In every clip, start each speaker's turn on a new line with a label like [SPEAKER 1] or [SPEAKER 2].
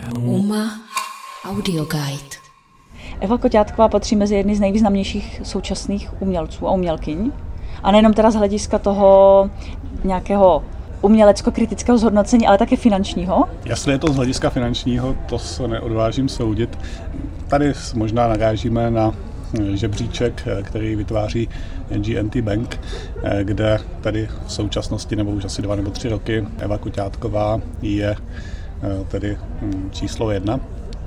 [SPEAKER 1] UMA Audio Guide.
[SPEAKER 2] Eva Koťátková patří mezi jedny z nejvýznamnějších současných umělců a umělkyň. A nejenom teda z hlediska toho nějakého umělecko-kritického zhodnocení, ale také finančního.
[SPEAKER 3] Jestli je to z hlediska finančního, to se neodvážím soudit. Tady možná narážíme na žebříček, který vytváří G&T Bank, kde tady v současnosti, nebo už asi 2 nebo 3 roky, Eva Koťátková je tedy číslo 1.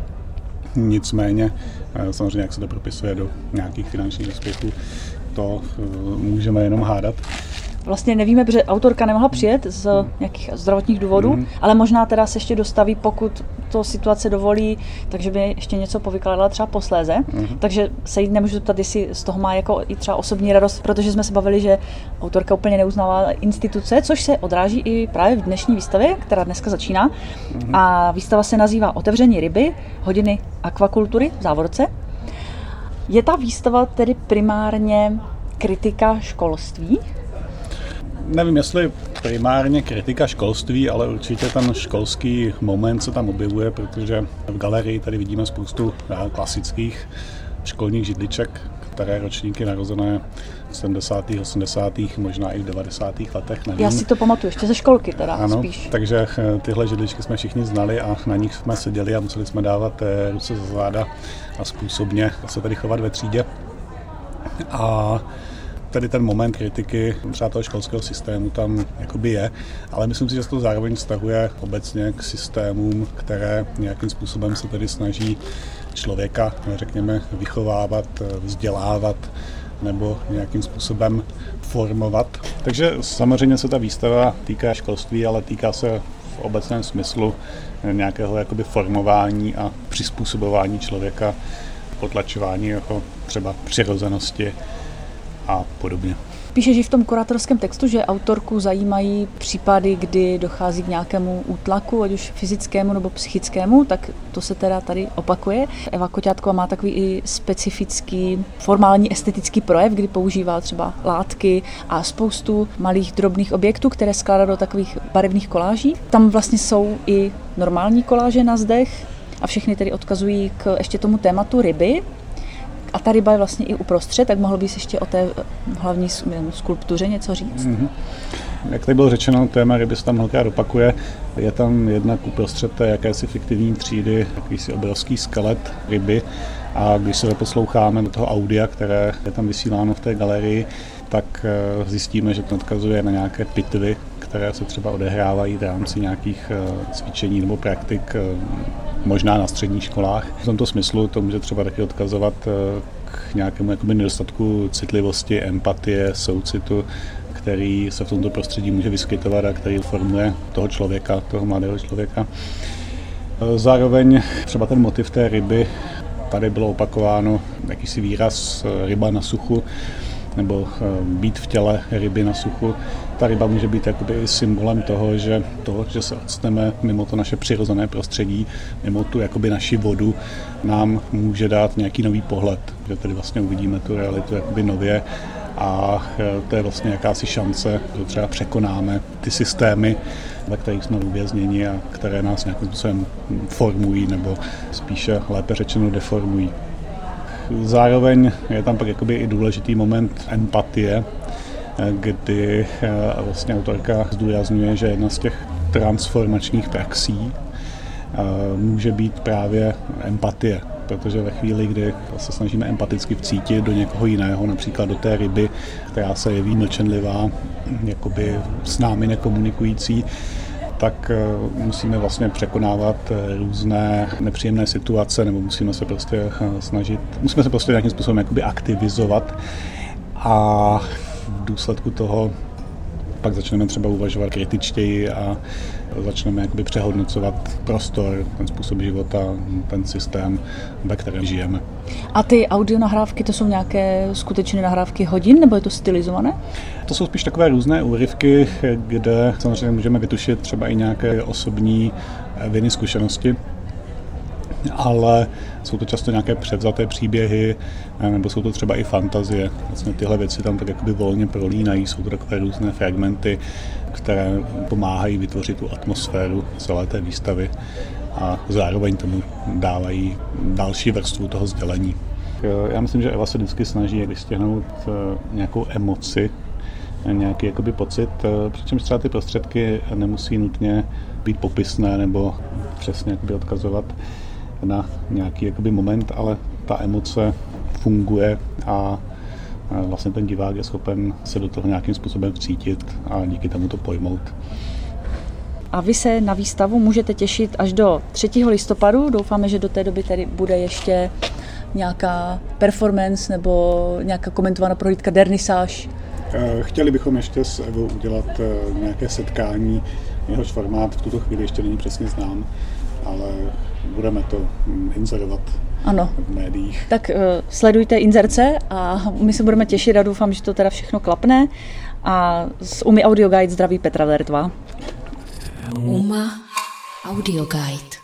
[SPEAKER 3] Nicméně, samozřejmě, jak se to propisuje do nějakých finančních úspěchů, to můžeme jenom hádat.
[SPEAKER 2] Vlastně nevíme, protože autorka nemohla přijet z nějakých zdravotních důvodů, ale možná teda se ještě dostaví, pokud to situace dovolí, takže by ještě něco povykládala třeba posléze. Takže se jí nemůžu zeptat, jestli z toho má jako i třeba osobní radost, protože jsme se bavili, že autorka úplně neuznává instituce, což se odráží i právě v dnešní výstavě, která dneska začíná. A výstava se nazývá Otevření ryby, hodiny akvakultury v závorce. Je ta výstava tedy primárně kritika školství?
[SPEAKER 3] Nevím, jestli primárně kritika školství, ale určitě ten školský moment se tam objevuje, protože v galerii tady vidíme spoustu klasických školních židliček, které ročníky narozené v 70., 80., možná i v 90. letech. Nevím.
[SPEAKER 2] Já si to pamatuju, ještě ze školky teda
[SPEAKER 3] ano,
[SPEAKER 2] spíš.
[SPEAKER 3] Takže tyhle židličky jsme všichni znali a na nich jsme seděli a museli jsme dávat ruce za záda a způsobně se tady chovat ve třídě. A tady ten moment kritiky třeba toho školského systému tam jakoby je, ale myslím si, že se to zároveň vztahuje obecně k systémům, které nějakým způsobem se tady snaží člověka, řekněme, vychovávat, vzdělávat nebo nějakým způsobem formovat. Takže samozřejmě se ta výstava týká školství, ale týká se v obecném smyslu nějakého jakoby formování a přizpůsobování člověka, potlačování jako třeba přirozenosti a podobně.
[SPEAKER 2] Píšeš i v tom kurátorském textu, že autorku zajímají případy, kdy dochází k nějakému útlaku, ať už fyzickému nebo psychickému, tak to se teda tady opakuje. Eva Koťátková má takový i specifický formální estetický projev, kdy používá třeba látky a spoustu malých drobných objektů, které skládá do takových barevných koláží. Tam vlastně jsou i normální koláže na zdech a všechny tedy odkazují k ještě tomu tématu ryby. A ta ryba je vlastně i uprostřed, tak mohl bys ještě o té hlavní skulptuře něco říct?
[SPEAKER 3] Jak tady bylo řečeno, téma ryby se tam hodně opakuje. Je tam jednak uprostřed té jakési fiktivní třídy, jakýsi obrovský skelet ryby. A když se posloucháme do toho audia, které je tam vysíláno v té galerii, tak zjistíme, že to odkazuje na nějaké pitvy, které se třeba odehrávají v rámci nějakých cvičení nebo praktik, možná na středních školách. V tomto smyslu to může třeba taky odkazovat k nějakému jakoby nedostatku citlivosti, empatie, soucitu, který se v tomto prostředí může vyskytovat a který formuje toho člověka, toho mladého člověka. Zároveň třeba ten motiv té ryby, tady bylo opakováno jakýsi výraz ryba na suchu, nebo být v těle ryby na suchu. Ta ryba může být jakoby symbolem toho, že se odstneme mimo to naše přirozené prostředí, mimo tu jakoby naši vodu, nám může dát nějaký nový pohled, že tady vlastně uvidíme tu realitu jakoby nově a to je vlastně jakási šance, že třeba překonáme ty systémy, ve kterých jsme uvězněni a které nás nějakým způsobem formují nebo spíše lépe řečeno deformují. Zároveň je tam pak jakoby i důležitý moment empatie, kdy vlastně autorka zdůrazňuje, že jedna z těch transformačních praxí může být právě empatie, protože ve chvíli, kdy se snažíme empaticky vcítit do někoho jiného, například do té ryby, která se jeví mlčenlivá, jakoby s námi nekomunikující, tak musíme vlastně překonávat různé nepříjemné situace, nebo musíme se prostě nějakým způsobem jakoby aktivizovat a v důsledku toho pak začneme třeba uvažovat kritičtěji a začneme jakoby přehodnocovat prostor, ten způsob života, ten systém, ve kterém žijeme.
[SPEAKER 2] A ty audionahrávky, to jsou nějaké skutečné nahrávky hodin, nebo je to stylizované?
[SPEAKER 3] To jsou spíš takové různé úryvky, kde samozřejmě můžeme vytušit třeba i nějaké osobní viny, zkušenosti, ale jsou to často nějaké převzaté příběhy, nebo jsou to třeba i fantazie. Vlastně tyhle věci tam tak jakoby volně prolínají, jsou to takové různé fragmenty, které pomáhají vytvořit tu atmosféru celé té výstavy. a zároveň tomu dávají další vrstvu toho sdělení. Já myslím, že Eva se vždycky snaží vystihnout nějakou emoci, nějaký jakoby pocit, přičemž třeba ty prostředky nemusí nutně být popisné nebo přesně jakoby odkazovat na nějaký jakoby moment, ale ta emoce funguje a vlastně ten divák je schopen se do toho nějakým způsobem vcítit a díky tomu to pojmout.
[SPEAKER 2] A vy se na výstavu můžete těšit až do 3. listopadu. Doufáme, že do té doby tady bude ještě nějaká performance nebo nějaká komentovaná prohlídka, dernisáž.
[SPEAKER 3] Chtěli bychom ještě s Evou udělat nějaké setkání, jehož formát v tuto chvíli ještě není přesně znám, ale budeme to inzerovat v médiích.
[SPEAKER 2] Tak sledujte inzerce a my se budeme těšit a doufám, že to teda všechno klapne. A z UMA Audio Guide zdraví Petra Vertva.
[SPEAKER 1] UMA Audio Guide.